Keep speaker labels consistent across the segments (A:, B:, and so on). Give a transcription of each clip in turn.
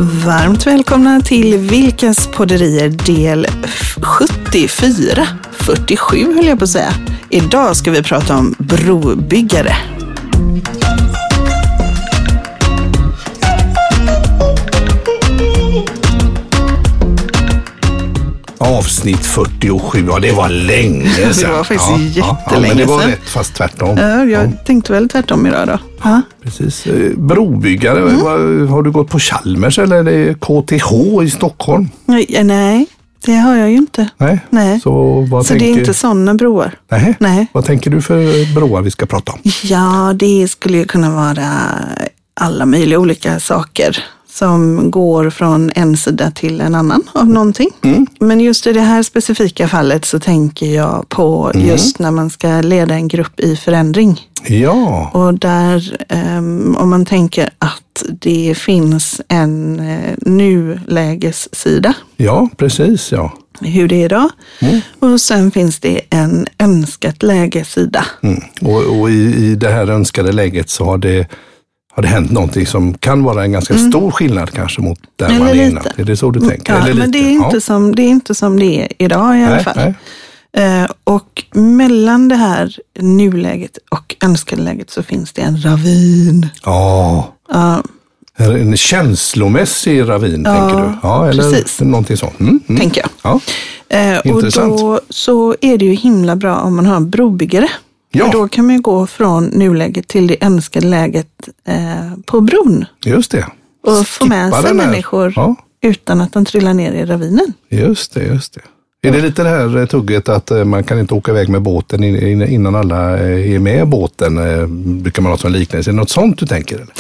A: Varmt välkomna till Vilkas podderier del 74, 47 höll jag på att säga. Idag ska vi prata om brobyggare.
B: Avsnitt 47, ja det var länge sedan.
A: Det var faktiskt jättelänge
B: sedan. Men det var
A: sedan.
B: rätt, fast tvärtom.
A: Jag tänkte väl tvärtom idag då.
B: Ja, precis. Brobyggare, har du gått på Chalmers eller är det KTH i Stockholm?
A: Nej, det har jag ju inte. Nej.
B: Så
A: det är inte sådana broar? Nej.
B: Vad tänker du för broar vi ska prata om?
A: Ja, det skulle ju kunna vara alla möjliga olika saker som går från en sida till en annan av någonting. Men just i det här specifika fallet så tänker jag på just när man ska leda en grupp i förändring.
B: Ja.
A: Och där, om man tänker att det finns en nulägessida.
B: Ja, precis, ja.
A: Hur det är idag. Och sen finns det en önskat lägessida.
B: Och i det här önskade läget så har det hänt någonting som kan vara en ganska stor skillnad kanske mot där eller man är innan. Är det så du tänker?
A: Ja,
B: eller
A: men
B: lite?
A: Det är inte som det är idag i alla fall. Och mellan det här nuläget och önskade läget så finns det en ravin.
B: Ja. En känslomässig ravin, tänker du? Ja, eller precis. Någonting sånt.
A: Tänker jag.
B: Ja. Intressant.
A: Och då så är det ju himla bra om man har en brobyggare.
B: Ja.
A: För då kan man ju gå från nuläget till det önskade läget på bron.
B: Just det.
A: Och få med sig människor utan att de trillar ner i ravinen.
B: Just det. Är det lite det här tugget att man kan inte åka iväg med båten innan alla är med i båten? Brukar man ha som liknelse? Är det något sånt du tänker? Eller?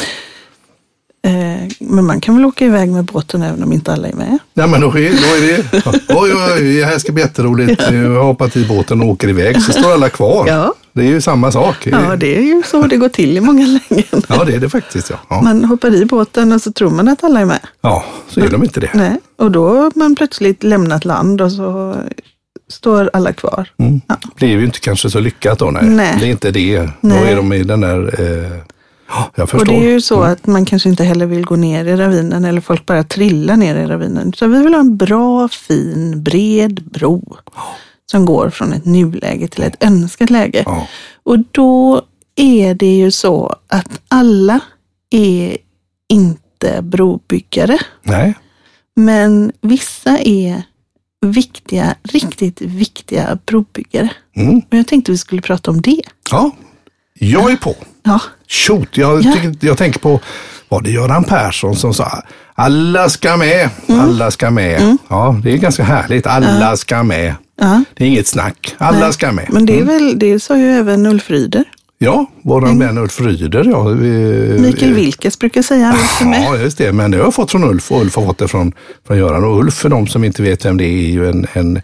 A: Men man kan väl åka iväg med båten även om inte alla är med?
B: Ja, men då är det. Oj, det här ska bli jätteroligt. Jag har hoppat i båten och åker iväg så står alla kvar. Ja. Det är ju samma sak.
A: Ja, det är ju så det går till i många lägen.
B: Ja, det är det faktiskt, ja.
A: Man hoppar i båten och så tror man att alla är med.
B: Ja, så är de inte det.
A: Nej, och då har man plötsligt lämnat land och så står alla kvar. Ja.
B: Det är ju inte kanske så lyckat då, nej. Det är inte det.
A: Nej.
B: Då är de i den där... jag förstår.
A: Och det är ju så att man kanske inte heller vill gå ner i ravinen eller folk bara trillar ner i ravinen. Så vi vill ha en bra, fin, bred bro som går från ett nuläge till ett önskat läge. Ja. Och då är det ju så att alla är inte brobyggare. Nej. Men vissa är viktiga, riktigt viktiga brobyggare. Och jag tänkte vi skulle prata om det.
B: Ja, jag är på.
A: Ja.
B: Shoot, jag tänker på, var det Göran Persson som sa alla ska med, alla ska med. Ja, det är ganska härligt, alla ska med. Det är inget snack, alla ska med.
A: Men det är väl, det sa ju även Ulf Ryder.
B: Ja, våran vän Ulf Ryder. Ja,
A: Mikael Wilkes brukar säga alla ska med.
B: Ja, just det, men det har jag fått från Ulf och Ulf har fått det från Göran. Och Ulf, för de som inte vet vem det är ju en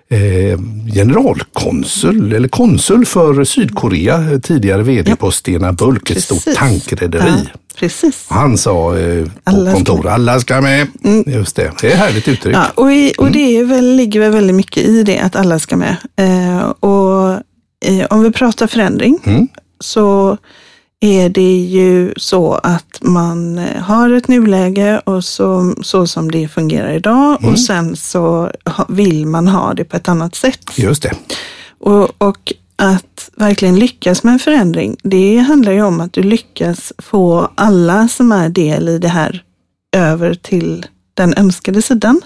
B: generalkonsul eller konsul för Sydkorea, tidigare vd på Stena Bulk, ett stort tankrederi. Ja,
A: precis.
B: Han sa på kontor, alla ska med. Just det, det är ett härligt uttryck.
A: Ja, och det är ligger väl väldigt mycket i det att alla ska med. Om vi pratar förändring så är det ju så att man har ett nuläge och så som det fungerar idag och sen så vill man ha det på ett annat sätt.
B: Just det.
A: Och att verkligen lyckas med en förändring, det handlar ju om att du lyckas få alla som är del i det här över till den önskade sidan.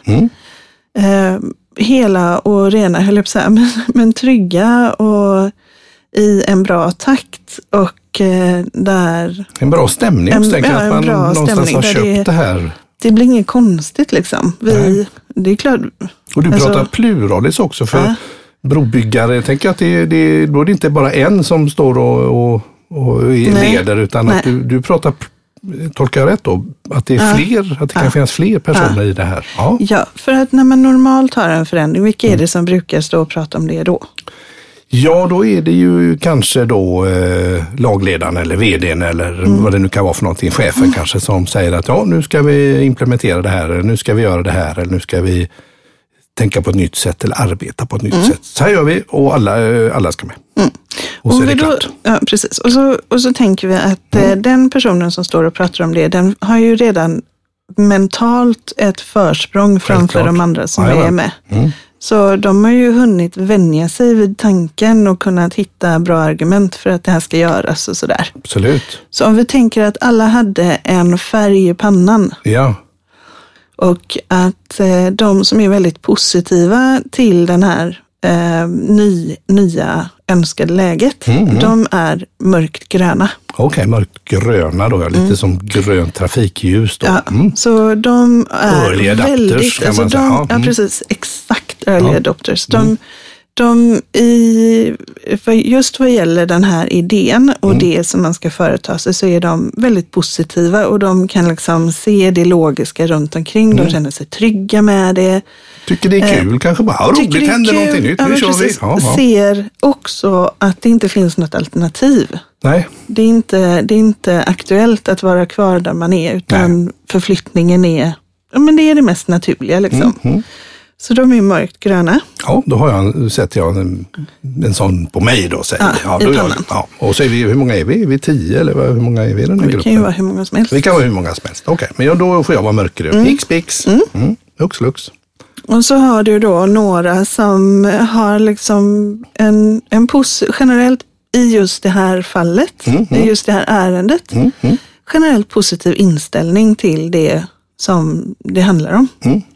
A: Hela och rena, höll jag på att säga, men trygga och i en bra takt och där...
B: En bra stämning också, tänker att man någonstans har köpt det här.
A: Det blir inget konstigt liksom. Det är klart.
B: Och du pratar pluralis också för brobyggare. Jag tänker att då är det inte bara en som står och leder utan att du pratar, tolkar jag rätt då, att det är fler, att det kan finnas fler personer i det här.
A: Ja, för att när man normalt har en förändring, vilka är det som brukar stå och prata om det då?
B: Ja, då är det ju kanske då lagledaren eller vdn eller vad det nu kan vara för någonting, chefen kanske, som säger att nu ska vi implementera det här, eller nu ska vi göra det här, eller nu ska vi tänka på ett nytt sätt eller arbeta på ett nytt sätt. Så här gör vi och alla ska med. Och så är det klart.
A: Ja, precis. Och så tänker vi att den personen som står och pratar om det, den har ju redan mentalt ett försprång framför de andra som är med. Så de har ju hunnit vänja sig vid tanken och kunnat hitta bra argument för att det här ska göras och sådär.
B: Absolut.
A: Så om vi tänker att alla hade en färg i pannan.
B: Ja.
A: Och att de som är väldigt positiva till den här nya önskade läget, de är mörkt gröna.
B: Okej, mörkt gröna då, lite som grönt trafikljus då.
A: Ja, så de är
B: early adapters,
A: väldigt,
B: kan man säga.
A: ja precis, exakt early adopters. Just vad gäller den här idén och det som man ska företa sig, så är de väldigt positiva och de kan liksom se det logiska runt omkring. De känner sig trygga med det.
B: Tycker det är kul kanske bara. Roligt, händer någonting nytt. Nu kör vi. Ja.
A: Ser också att det inte finns något alternativ.
B: Nej.
A: Det är inte aktuellt att vara kvar där man är, utan förflyttningen är, men det är det mest naturliga liksom. Så de är mörkt gröna.
B: Ja, då har jag sett en sån på mig då, säger vi.
A: I pannan.
B: Och så är vi, hur många är vi? Är vi 10 eller hur många är vi i den här gruppen?
A: Det kan ju vara hur många som helst.
B: Vi kan vara hur många som helst. Okej, men då får jag vara mörkgrön. X-pix. Lux, lux. Och
A: så har du då några som har liksom en generellt i just det här fallet, i just det här ärendet, generellt positiv inställning till det som det handlar om.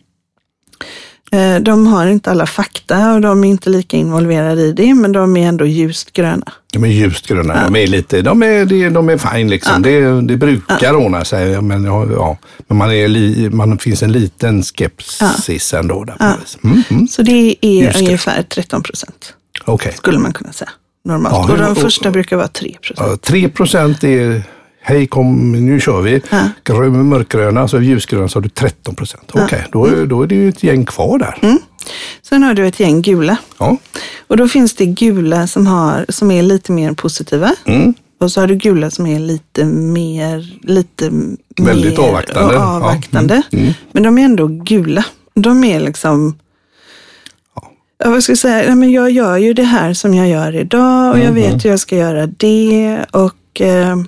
A: De har inte alla fakta och de är inte lika involverade i det, men de är ändå ljust gröna.
B: De är ljust gröna, de är lite, de är fine liksom. Det brukar ordna sig, men men man finns en liten skepsis ändå där.
A: Så det är ungefär 13%.
B: Okay.
A: Skulle man kunna säga normalt. Och de första brukar vara 3%.
B: 3% är hej, kom, nu kör vi. Mörkgröna, så ljusgröna, så har du 13%. Okej, då är det ju ett gäng kvar där.
A: Sen har du ett gäng gula.
B: Ja.
A: Och då finns det gula som är lite mer positiva. Och så har du gula som är lite
B: väldigt
A: mer
B: avvaktande.
A: Men de är ändå gula. De är liksom... Vad ska jag säga? Men jag gör ju det här som jag gör idag. Och jag vet hur jag ska göra det. Och...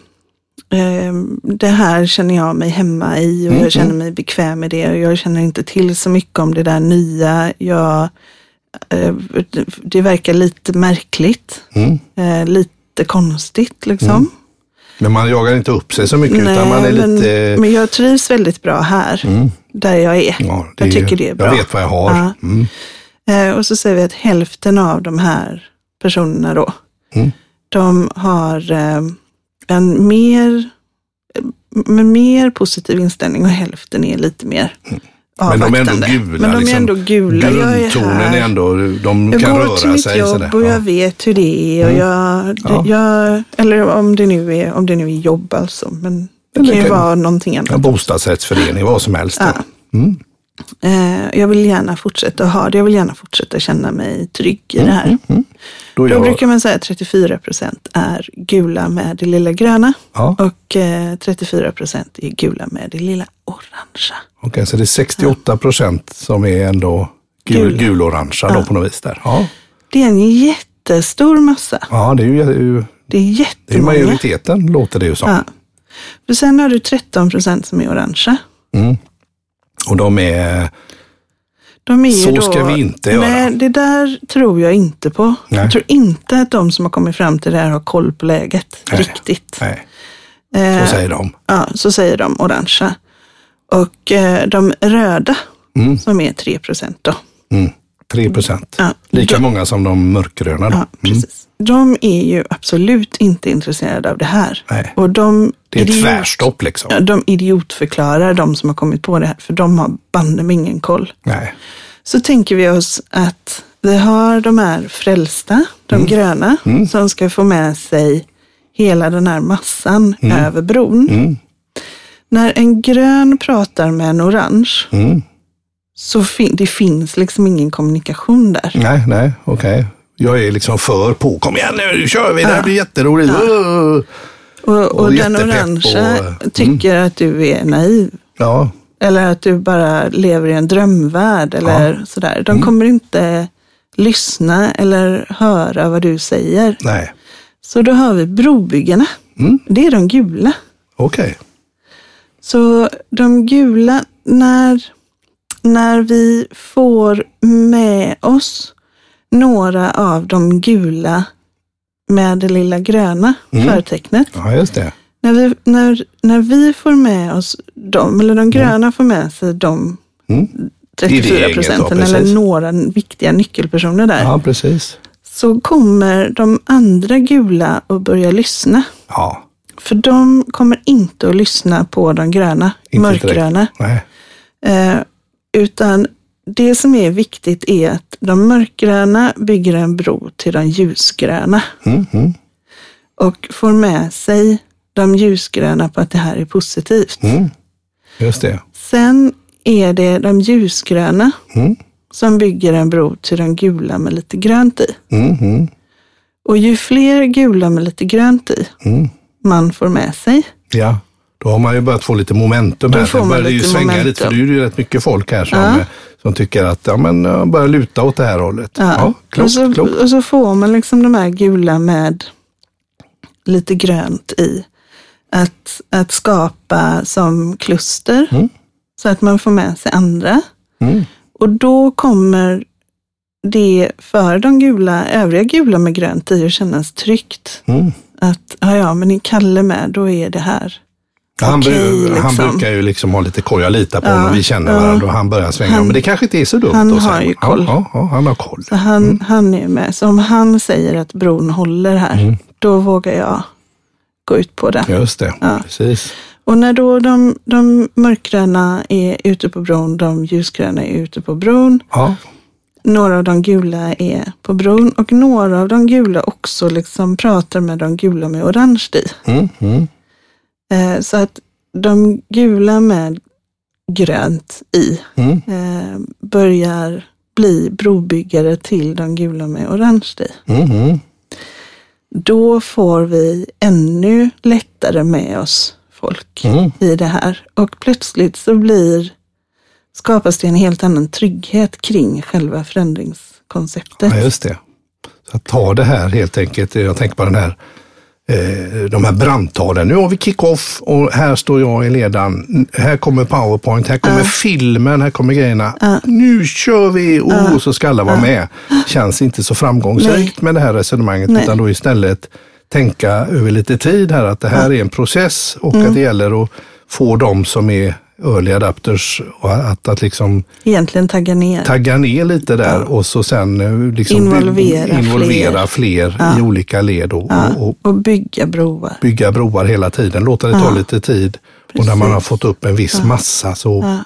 A: det här känner jag mig hemma i och jag känner mig bekväm med det och jag känner inte till så mycket om det där nya. Det verkar lite märkligt, lite konstigt liksom.
B: Men man jagar inte upp sig så mycket.
A: Nej,
B: utan man är lite...
A: men jag trivs väldigt bra här där jag är.
B: Ja,
A: jag tycker det är bra.
B: Jag vet vad jag har.
A: Och så säger vi att hälften av de här personerna då, de har en mer positiv inställning och hälften är lite mer avvaktande.
B: Men de är ändå gula. Grundtonen är ändå, de kan röra sig. Jag går till mitt jobb och jag vet hur det är. Och jag eller om det nu är jobb alltså. Men det kan ju vara någonting annat. En bostadsrättsförening, vad som helst.
A: Ja. Jag vill gärna fortsätta ha det. Jag vill gärna fortsätta känna mig trygg i det här. Då brukar man säga att 34% är gula med det lilla gröna. Och 34% är gula med det lilla orangea. Okej,
B: så det är 68% som är ändå gul-orangea då på något vis där. Ja.
A: Det är en jättestor massa.
B: Ja, det är ju...
A: Det är jättemånga.
B: Det är majoriteten, låter det ju som.
A: För sen har du 13% som är orangea.
B: Och de är så
A: då,
B: ska vi inte göra.
A: Nej, det där tror jag inte på. Nej. Jag tror inte att de som har kommit fram till det här har koll på läget riktigt.
B: Nej. Så säger de.
A: Ja, så säger de orangea. Och de röda som är 3% då.
B: 3%. Ja, lika många som de mörkgröna då.
A: Ja, precis. De är ju absolut inte intresserade av det här.
B: Nej.
A: Och
B: det är ett tvärstopp liksom.
A: Ja, de idiotförklarar de som har kommit på det här. För de har banne med ingen koll.
B: Nej.
A: Så tänker vi oss att vi har de här frälsta, de gröna, som ska få med sig hela den här massan över bron. När en grön pratar med en orange så det finns liksom ingen kommunikation där.
B: Nej, okej. Jag är liksom för på. Kom igen nu kör vi, det här blir jätteroligt.
A: Och den orangea tycker att du är naiv.
B: Ja.
A: Eller att du bara lever i en drömvärld eller sådär. De kommer inte lyssna eller höra vad du säger.
B: Nej.
A: Så då har vi brobyggarna. Det är de gula.
B: Okej.
A: Så de gula, när vi får med oss några av de gula med det lilla gröna förtecknet.
B: Ja, just det.
A: När vi får med oss dem, eller de gröna får med sig de 34% eller några viktiga nyckelpersoner där.
B: Ja, precis.
A: Så kommer de andra gula att börja lyssna.
B: Ja.
A: För de kommer inte att lyssna på de gröna, mörkgröna.
B: Nej.
A: Utan det som är viktigt är att de mörkgröna bygger en bro till de ljusgröna. Och får med sig de ljusgröna på att det här är positivt.
B: Just det.
A: Sen är det de ljusgröna som bygger en bro till de gula med lite grönt i. Och ju fler gula med lite grönt i man får med sig.
B: Ja, då har man ju börjat få lite momentum här. Sen börjar det ju svänga lite, för det är ju rätt mycket folk här som tycker att börjar luta åt det här hållet. Ja, klokt.
A: Och så får man liksom de här gula med lite grönt i. Att skapa som kluster så att man får med sig andra. Och då kommer det för de övriga gula med grönt i att kännas tryggt. Att, men är Kalle med, då är det här.
B: Han brukar ju liksom ha lite koll, jag litar på honom, vi känner varandra och han börjar svänga. Men det kanske inte är så dumt.
A: Han har ju koll.
B: Ja, han har koll.
A: Så han är med. Så om han säger att bron håller här, då vågar jag gå ut på det.
B: Just det, precis.
A: Och när då de mörkgröna är ute på bron, de ljusgröna är ute på bron. Ja. Några av de gula är på bron och några av de gula också liksom pratar med de gula med orange i. Så att de gula med grönt i börjar bli brobyggare till de gula med orange i. Då får vi ännu lättare med oss folk i det här. Och plötsligt så skapas det en helt annan trygghet kring själva förändringskonceptet.
B: Ja, just det. Så att ta det här helt enkelt, jag tänker på de här brandtalen. Nu har vi kick-off och här står jag i ledan. Här kommer PowerPoint, här kommer filmen, här kommer grejerna. Nu kör vi! Och så ska alla vara med. Känns inte så framgångsrikt med det här resonemanget, utan då istället tänka över lite tid här att det här är en process och att det gäller att få dem som är early adapters och att liksom
A: egentligen tagga ner lite där och så sen liksom involvera fler i olika led och bygga broar.
B: Bygga broar hela tiden, låta det ta lite tid. Precis. Och när man har fått upp en viss massa så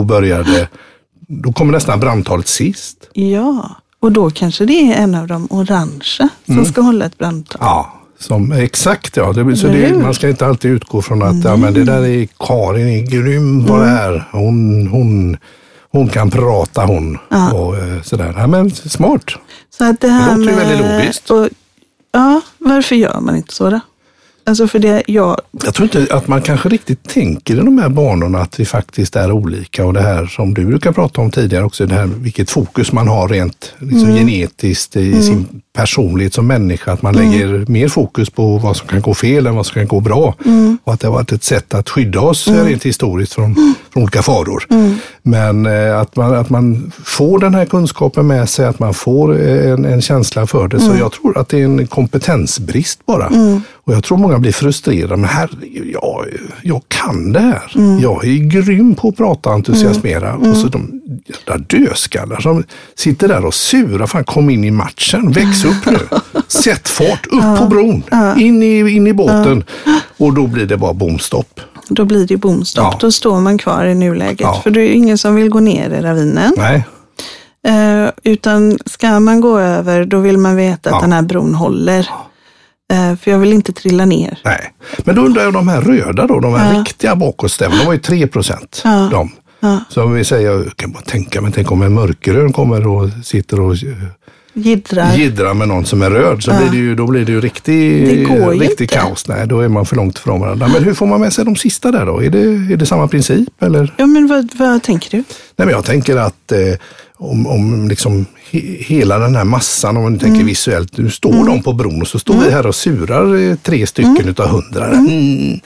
B: då kommer nästan brandtalet sist.
A: Ja, och då kanske det är en av de orangea som ska hålla ett brandtal.
B: Ja. Exakt, ja. Man ska inte alltid utgå från att men det där är Karin är grym på det här. Hon kan prata och sådär. Ja, men smart.
A: Så att det
B: låter ju väldigt logiskt.
A: Varför gör man inte så då? Alltså för jag
B: tror inte att man kanske riktigt tänker i de här banorna att vi faktiskt är olika och det här som du brukar prata om tidigare också, det här vilket fokus man har rent liksom genetiskt i sin personlighet som människa, att man lägger mer fokus på vad som kan gå fel än vad som kan gå bra och att det har varit ett sätt att skydda oss rent historiskt från olika faror. Men att man får den här kunskapen med sig, att man får en känsla för det, så jag tror att det är en kompetensbrist bara. Och jag tror många blir frustrerade, men herregud, jag kan det här. Jag är grym på att prata och entusiasmera. Och så de jävla dödskallar som sitter där och sura, fan kom in i matchen, väx upp nu. Sätt fart, upp på bron, in i båten. Och då blir det bara bomstopp.
A: Då blir det bomstopp, då står man kvar i nuläget. För det är ju ingen som vill gå ner i ravinen. Nej. Utan ska man gå över, då vill man veta att den här bron håller. För jag vill inte trilla ner. Nej,
B: men då undrar jag de här röda då, de här riktiga bakåtstämmen, de var ju 3%. De. Så vi säger, jag kan bara tänk om en mörkröd kommer och sitter och jiddrar med någon som är röd, så blir det ju riktig kaos. Nej, då är man för långt från varandra. Men hur får man med sig de sista där då? Är det samma princip? Eller?
A: Ja, men vad tänker du?
B: Nej, men jag tänker att om liksom hela den här massan, om man tänker visuellt, nu står de på bron och så står vi här och surar 3 stycken utav 100.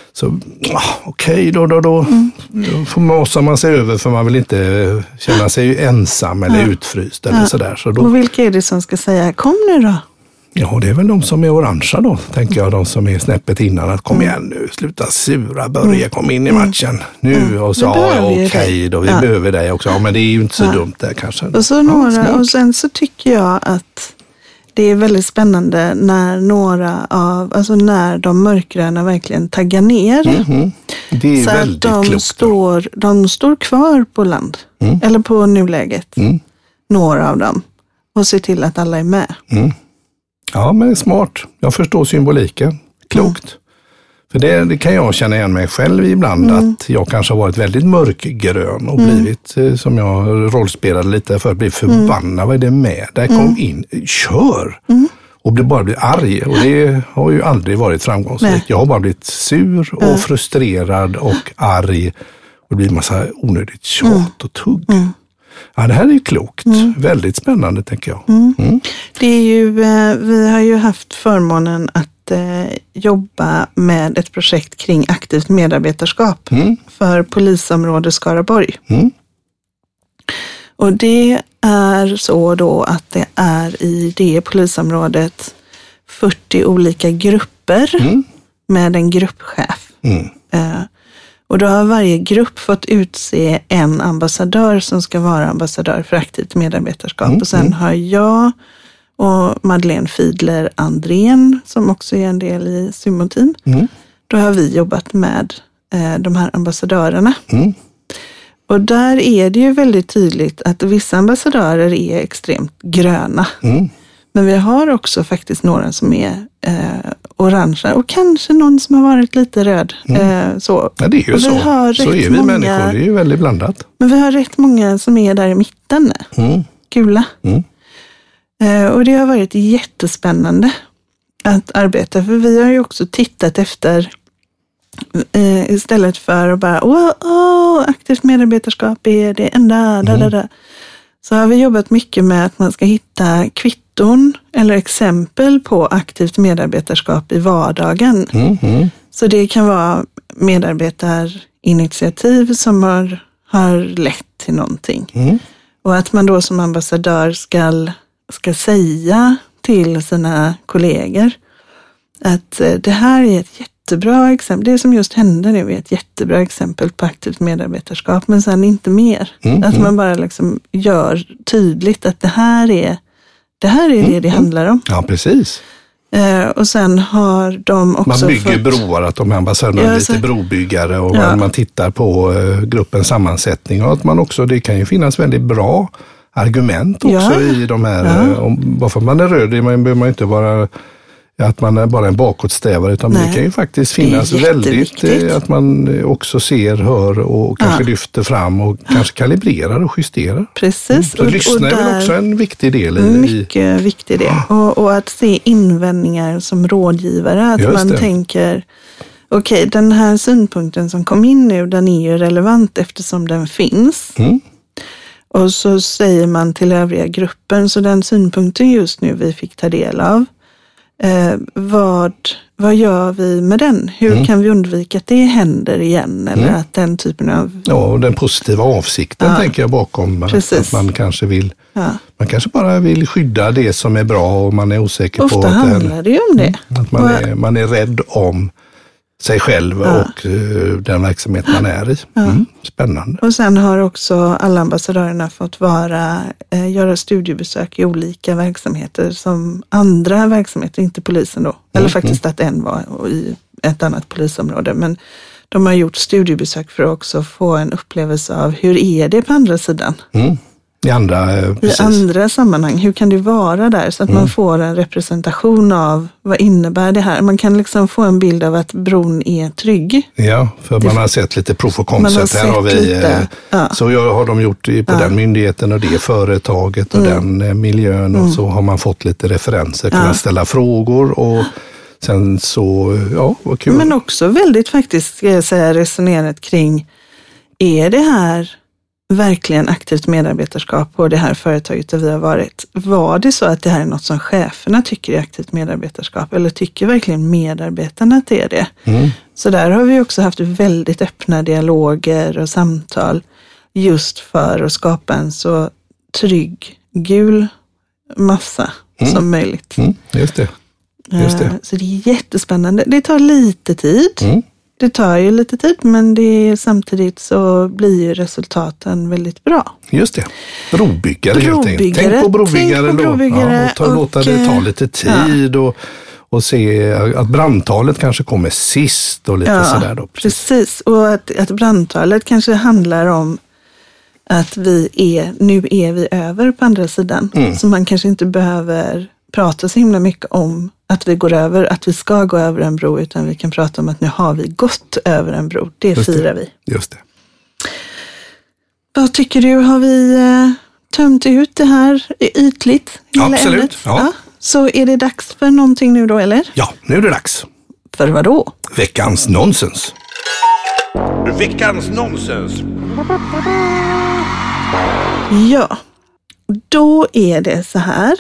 B: Så okej, då får masar man sig över för man vill inte känna sig ensam eller utfryst eller sådär. Så då,
A: och vilka är det som ska säga kom nu då?
B: Ja, det är väl de som är orangea då, tänker jag. De som är snäppet innan att kom igen nu, sluta sura, börja, kom in i matchen. Nu och så, okej då, vi behöver dig också. Ja, men det är ju inte så dumt där kanske.
A: Och så och sen så tycker jag att det är väldigt spännande när när de mörkgröna verkligen taggar ner.
B: Det är
A: så
B: väldigt
A: klokt. De står kvar på land, eller på nuläget, några av dem, och ser till att alla är med.
B: Ja, men smart. Jag förstår symboliken. Klokt. För det kan jag känna igen mig själv ibland, att jag kanske har varit väldigt mörkgrön och blivit, som jag rollspelade lite för att bli förbannad. Vad är det med? Där kom in, kör! Och bara blir arg. Och det har ju aldrig varit framgångsrikt. Jag har bara blivit sur och frustrerad och arg. Och det blir en massa onödigt tjat och tugg. Ja, det här är ju klokt. Väldigt spännande, tänker jag.
A: Det är ju, vi har ju haft förmånen att jobba med ett projekt kring aktivt medarbetarskap för polisområde Skaraborg. Och det är så då att det är i det polisområdet 40 olika grupper med en gruppchef. Och då har varje grupp fått utse en ambassadör som ska vara ambassadör för aktivt medarbetarskap. Och sen har jag och Madeleine Fiedler Andrén, som också är en del i Sumo-team. Då har vi jobbat med de här ambassadörerna. Och där är det ju väldigt tydligt att vissa ambassadörer är extremt gröna. Men vi har också faktiskt några som är orangea och kanske någon som har varit lite röd. Så.
B: Ja, det är ju så. Så är vi människor, det är ju väldigt blandat.
A: Men vi har rätt många som är där i mitten. Gula. Och det har varit jättespännande att arbeta. För vi har ju också tittat efter, istället för att bara aktivt medarbetarskap är det enda. Så har vi jobbat mycket med att man ska hitta kvitton eller exempel på aktivt medarbetarskap i vardagen. Så det kan vara medarbetarinitiativ som har lett till någonting. Och att man då som ambassadör ska säga till sina kollegor att det här är ett jättebra exempel. Det som just hände nu är ett jättebra exempel på aktivt medarbetarskap, men sen inte mer. Att man bara liksom gör tydligt att det här är det handlar om.
B: Ja, precis.
A: Och sen har de också
B: man bygger broar, att de här ambassadörerna är lite brobyggare och man tittar på gruppens sammansättning och att man också, det kan ju finnas väldigt bra argument också i de här, bara för att man är röd, man behöver man inte vara att man är bara en bakåtstävare, utan det kan ju faktiskt finnas väldigt, att man också ser, hör och kanske lyfter fram och kanske kalibrerar och justerar.
A: Precis.
B: Så lyssna är väl också en viktig del i...
A: Mycket viktig del. Och att se invändningar som rådgivare, att man tänker okej, den här synpunkten som kom in nu, den är ju relevant eftersom den finns. Och så säger man till övriga gruppen, så den synpunkten just nu vi fick ta del av, vad gör vi med den? Hur kan vi undvika att det händer igen? Eller att den typen av...
B: Ja, och den positiva avsikten tänker jag bakom. Att man kanske vill... Man kanske bara vill skydda det som är bra och man är osäker
A: ofta
B: på att...
A: Ofta handlar det ju om det.
B: Att man är rädd om sig själv och den verksamhet man är i. Spännande.
A: Och sen har också alla ambassadörerna fått göra studiebesök i olika verksamheter som andra verksamheter, inte polisen då. Eller faktiskt att en var i ett annat polisområde. Men de har gjort studiebesök för att också få en upplevelse av hur är det på andra sidan.
B: I andra
A: sammanhang. Hur kan det vara där? Så att man får en representation av vad innebär det här. Man kan liksom få en bild av att bron är trygg.
B: Ja, för man har sett lite proof of concept. Här har vi, så har de gjort på den myndigheten och det företaget och den miljön. Och så har man fått lite referenser, kunnat ställa frågor och sen så, vad kul.
A: Men också väldigt faktiskt, ska jag säga, resonerat kring, är det här verkligen aktivt medarbetarskap på det här företaget där vi har varit. Var det så att det här är något som cheferna tycker är aktivt medarbetarskap, eller tycker verkligen medarbetarna att det är det? Så där har vi också haft väldigt öppna dialoger och samtal just för att skapa en så trygg gul massa som möjligt.
B: Just det.
A: Så det är jättespännande. Det tar lite tid. Det tar ju lite tid, men samtidigt så blir ju resultaten väldigt bra.
B: Just det. Brobyggare helt enkelt. Tänk på brobyggare. Låta det ta lite tid och se att brandtalet kanske kommer sist och lite sådär då.
A: Precis. Och att brandtalet kanske handlar om att nu är vi över på andra sidan. Så man kanske inte behöver prata så himla mycket om att vi ska gå över en bro, utan vi kan prata om att nu har vi gått över en bro. Det firar vi.
B: Just det.
A: Vad tycker du? Har vi tömt ut det här ytligt?
B: Absolut. Ja.
A: Så är det dags för någonting nu då, eller?
B: Ja, nu är det dags.
A: För vad då?
B: Veckans nonsens.
C: Veckans nonsens.
A: Ja, då är det så här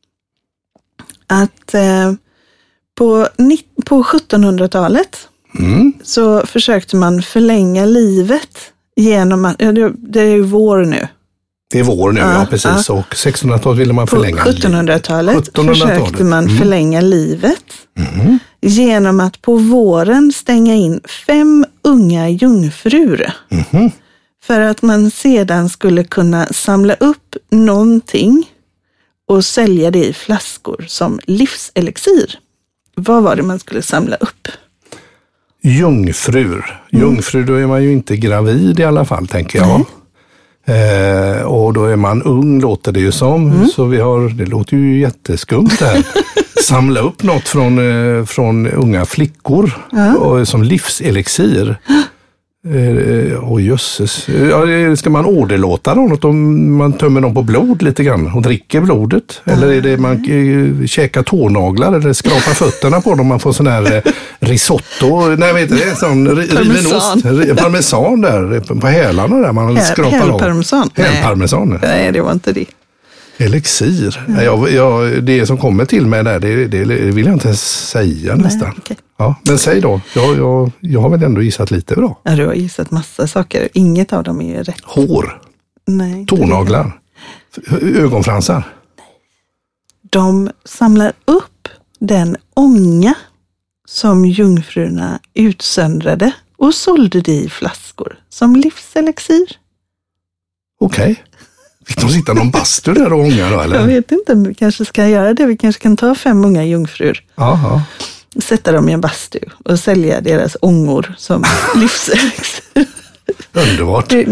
A: att på 1700-talet så försökte man förlänga livet genom att, det är ju vår nu.
B: Det är vår nu, ja precis. Och 1600-talet ville man förlänga.
A: På 1700-talet försökte man förlänga livet genom att på våren stänga in 5 unga jungfrur. För att man sedan skulle kunna samla upp någonting och sälja det i flaskor som livselixir. Vad var det man skulle samla upp?
B: Jungfrur. Jungfrur, då är man ju inte gravid i alla fall, tänker jag. Och då är man ung, låter det ju som. Så det låter ju jätteskumt det här. Samla upp något från unga flickor och, som livselixir. Jösses. Ska man åderlåta något om man tömmer dem på blod lite grann och dricker blodet? Eller är det man käkar tånaglar eller skrapar fötterna på dem? Man får sån här risotto. Nej, vet du det? Sån riven parmesan där på hälarna där man skrapar av. Hälparmesan.
A: Nej, det var inte det.
B: Elixir. Det som kommer till mig där, det vill jag inte säga nästan.
A: Okay.
B: Ja, men säg då. Jag har väl ändå gissat lite bra.
A: Ja, du har gissat massa saker. Inget av dem är rätt.
B: Hår.
A: Nej.
B: Tånaglar. Ögonfransar. Nej.
A: De samlar upp den ånga som jungfrurna utsöndrade och sålde det i flaskor som livselixir.
B: Okej. Fick de sitta någon bastu där och ånga då, eller?
A: Jag vet inte, vi kanske ska göra det. Vi kanske kan ta 5 unga jungfrur.
B: Aha.
A: Sätta dem i en bastu och sälja deras ångor som livselixir.
B: Underbart. Det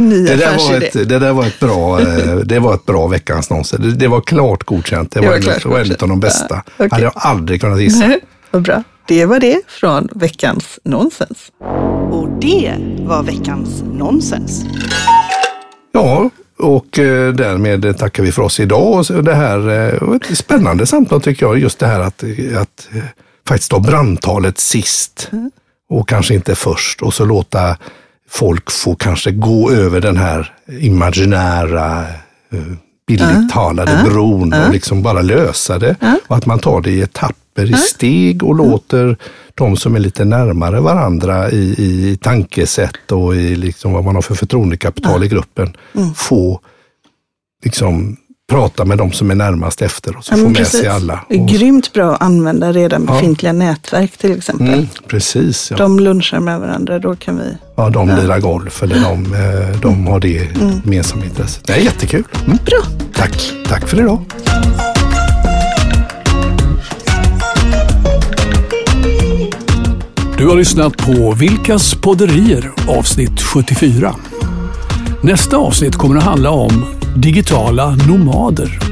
B: var ett bra veckans nonsens. Det var klart godkänt. Det var en av de bästa. Okay. Hade jag aldrig kunnat gissa.
A: Vad bra. Det var det från veckans nonsens. Och det var veckans nonsens.
B: Ja, och därmed tackar vi för oss idag. Och det här var ett spännande samtal tycker jag. Just det här att faktiskt ta brandtalet sist och kanske inte först. Och så låta folk få kanske gå över den här imaginära billigt talade bron och liksom bara lösa det. Och att man tar det i etapper, i steg och låter de som är lite närmare varandra i tankesätt och i liksom vad man har för förtroendekapital i gruppen få liksom prata med de som är närmast efter och så få med sig alla.
A: Grymt bra att använda redan befintliga nätverk till exempel.
B: Precis. Ja.
A: De lunchar med varandra, då kan vi...
B: Ja, de lirar golf eller de har det gemensamma intresset. Det är jättekul.
A: Bra.
B: Tack för idag.
D: Du har lyssnat på Vilkas podderier avsnitt 74. Nästa avsnitt kommer att handla om digitala nomader.